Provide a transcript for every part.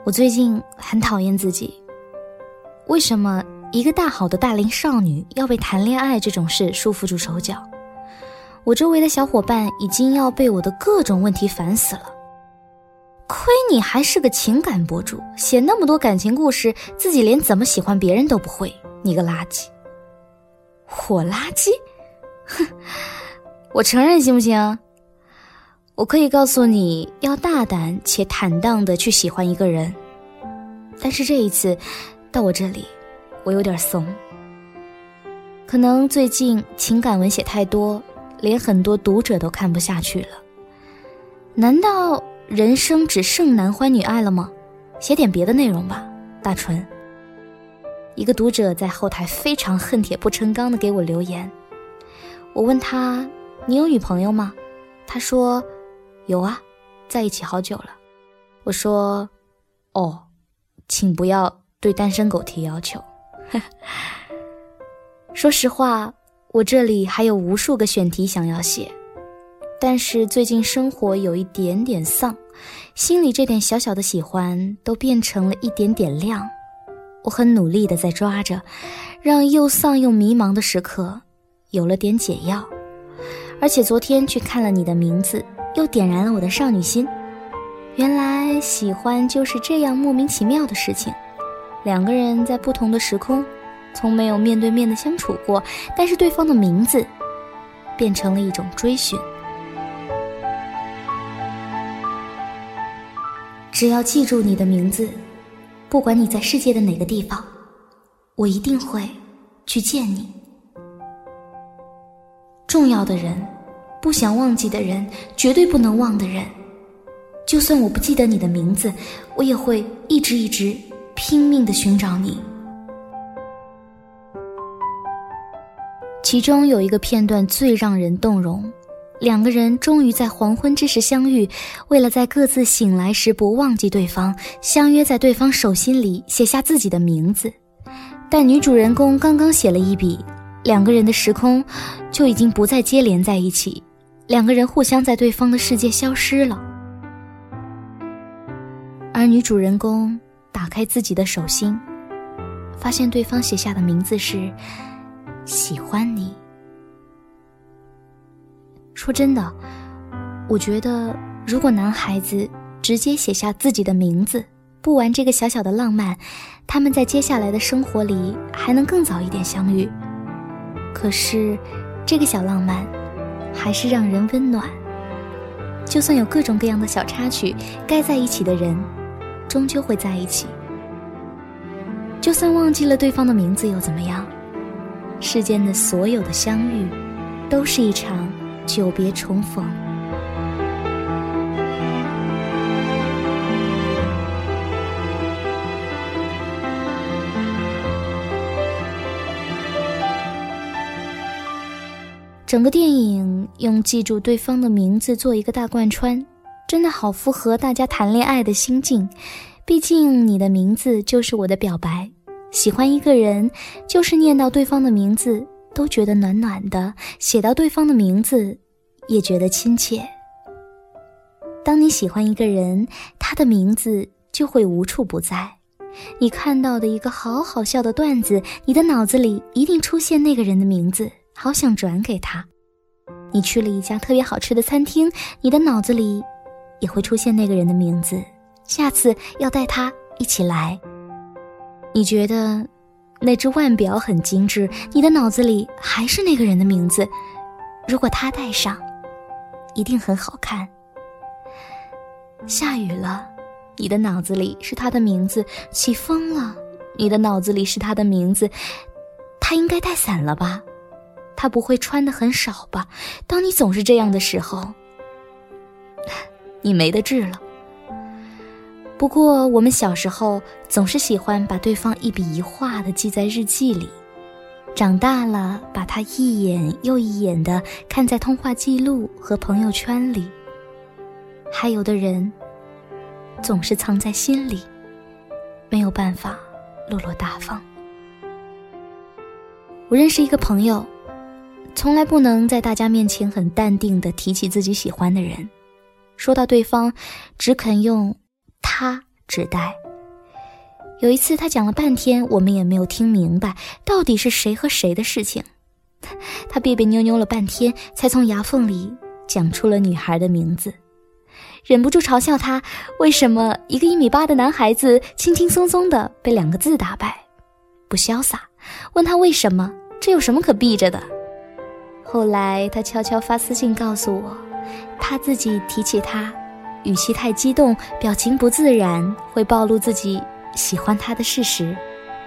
我最近很讨厌自己，为什么一个大好的大龄少女要被谈恋爱这种事束缚住手脚？我周围的小伙伴已经要被我的各种问题烦死了。亏你还是个情感博主，写那么多感情故事，自己连怎么喜欢别人都不会，你个垃圾。我垃圾？哼，我承认行不行？我可以告诉你要大胆且坦荡地去喜欢一个人，但是这一次到我这里我有点怂。可能最近情感文写太多，连很多读者都看不下去了。难道人生只剩男欢女爱了吗？写点别的内容吧，大纯。一个读者在后台非常恨铁不成钢地给我留言，我问他，你有女朋友吗？他说有啊，在一起好久了。我说哦，请不要对单身狗提要求。说实话，我这里还有无数个选题想要写，但是最近生活有一点点丧，心里这点小小的喜欢都变成了一点点亮。我很努力地在抓着，让又丧又迷茫的时刻有了点解药。而且昨天去看了你的名字，又点燃了我的少女心。原来喜欢就是这样莫名其妙的事情，两个人在不同的时空，从没有面对面的相处过，但是对方的名字变成了一种追寻。只要记住你的名字，不管你在世界的哪个地方，我一定会去见你。重要的人，不想忘记的人，绝对不能忘的人，就算我不记得你的名字，我也会一直拼命地寻找你。其中有一个片段最让人动容，两个人终于在黄昏之时相遇，为了在各自醒来时不忘记对方，相约在对方手心里写下自己的名字。但女主人公刚刚写了一笔，两个人的时空就已经不再接连在一起，两个人互相在对方的世界消失了。而女主人公打开自己的手心，发现对方写下的名字是喜欢你。说真的，我觉得如果男孩子直接写下自己的名字，不玩这个小小的浪漫，他们在接下来的生活里还能更早一点相遇。可是这个小浪漫还是让人温暖，就算有各种各样的小插曲，该在一起的人终究会在一起。就算忘记了对方的名字又怎么样？世间的所有的相遇都是一场久别重逢。整个电影用记住对方的名字做一个大贯穿，真的好符合大家谈恋爱的心境。毕竟你的名字就是我的表白，喜欢一个人就是念到对方的名字都觉得暖暖的，写到对方的名字也觉得亲切。当你喜欢一个人，他的名字就会无处不在。你看到的一个好好笑的段子，你的脑子里一定出现那个人的名字，好想转给他。你去了一家特别好吃的餐厅，你的脑子里也会出现那个人的名字，下次要带他一起来。你觉得那只腕表很精致，你的脑子里还是那个人的名字，如果他戴上一定很好看。下雨了，你的脑子里是他的名字，起风了，你的脑子里是他的名字，他应该带伞了吧，他不会穿得很少吧。当你总是这样的时候，你没得治了。不过我们小时候总是喜欢把对方一笔一画地记在日记里，长大了把他一眼又一眼地看在通话记录和朋友圈里。还有的人总是藏在心里，没有办法落落大方。我认识一个朋友，从来不能在大家面前很淡定地提起自己喜欢的人，说到对方只肯用他指代， 有一次他讲了半天，我们也没有听明白到底是谁和谁的事情。他别别扭扭了半天，才从牙缝里讲出了女孩的名字。忍不住嘲笑他，为什么一个1.8米的男孩子轻轻松松地被2个字打败，不潇洒，问他为什么，这有什么可避着的。后来他悄悄发私信告诉我，怕自己提起他语气太激动，表情不自然，会暴露自己喜欢他的事实。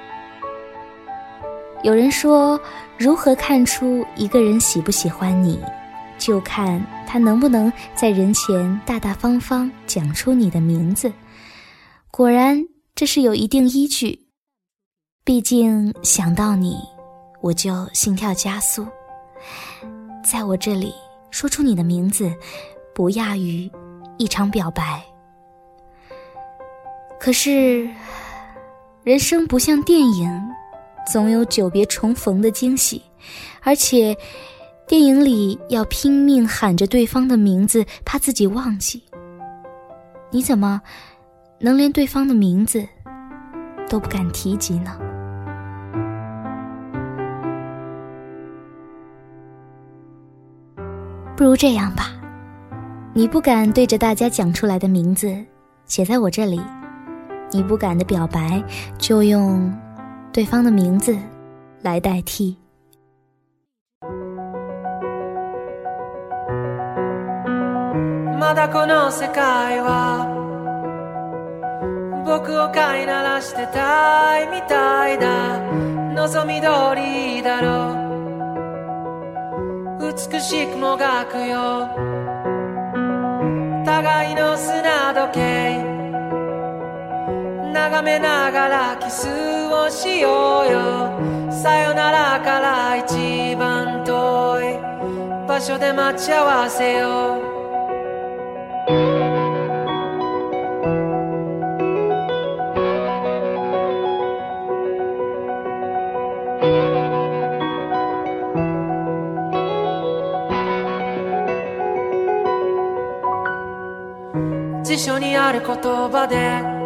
有人说，如何看出一个人喜不喜欢你，就看他能不能在人前大大方方讲出你的名字。果然这是有一定依据，毕竟想到你，我就心跳加速。在我这里说出你的名字，不亚于一场表白。可是人生不像电影，总有久别重逢的惊喜，而且电影里要拼命喊着对方的名字，怕自己忘记。你怎么能连对方的名字都不敢提及呢？不如这样吧，你不敢对着大家讲出来的名字写在我这里，你不敢的表白就用对方的名字来代替。 まだこの世界は僕を飼いならしてたいみたいだ。望み通りだろう、美しくもがくよ互いの砂時計、眺めながらキスをしようよ。さよならから一番遠い場所で待ち合わせよう。辞書にある言葉で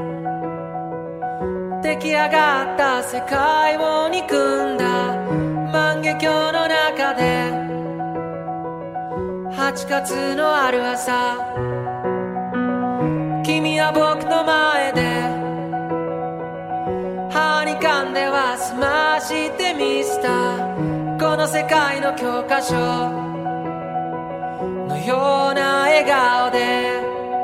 出来上がった世界を憎んだ万華鏡の中で8月のある朝、君は僕の前で歯に噛んでは済ましてみせたこの世界の教科書のような笑顔で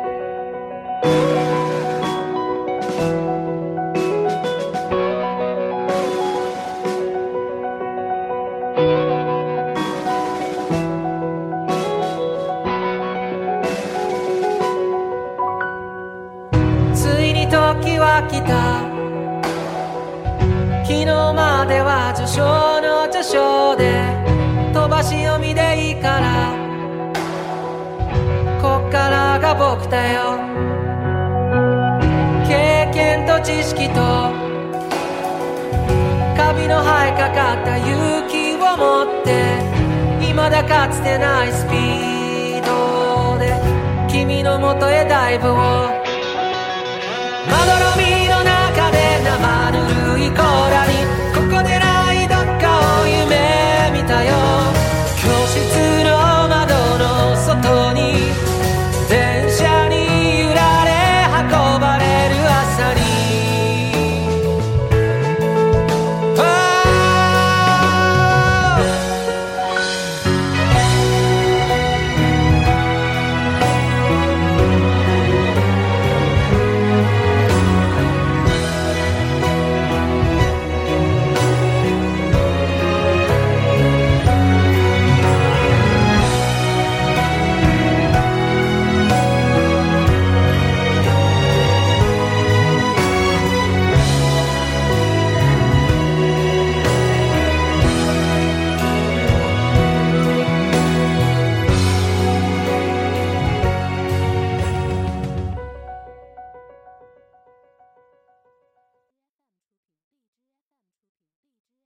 時は来た、昨日までは序章の序章で飛ばし読みでいいから、こっからが僕だよ。経験と知識とカビの生えかかった勇気を持って未だかつてないスピードで君の元へダイブをまどろみの中で生ぬるいコーラ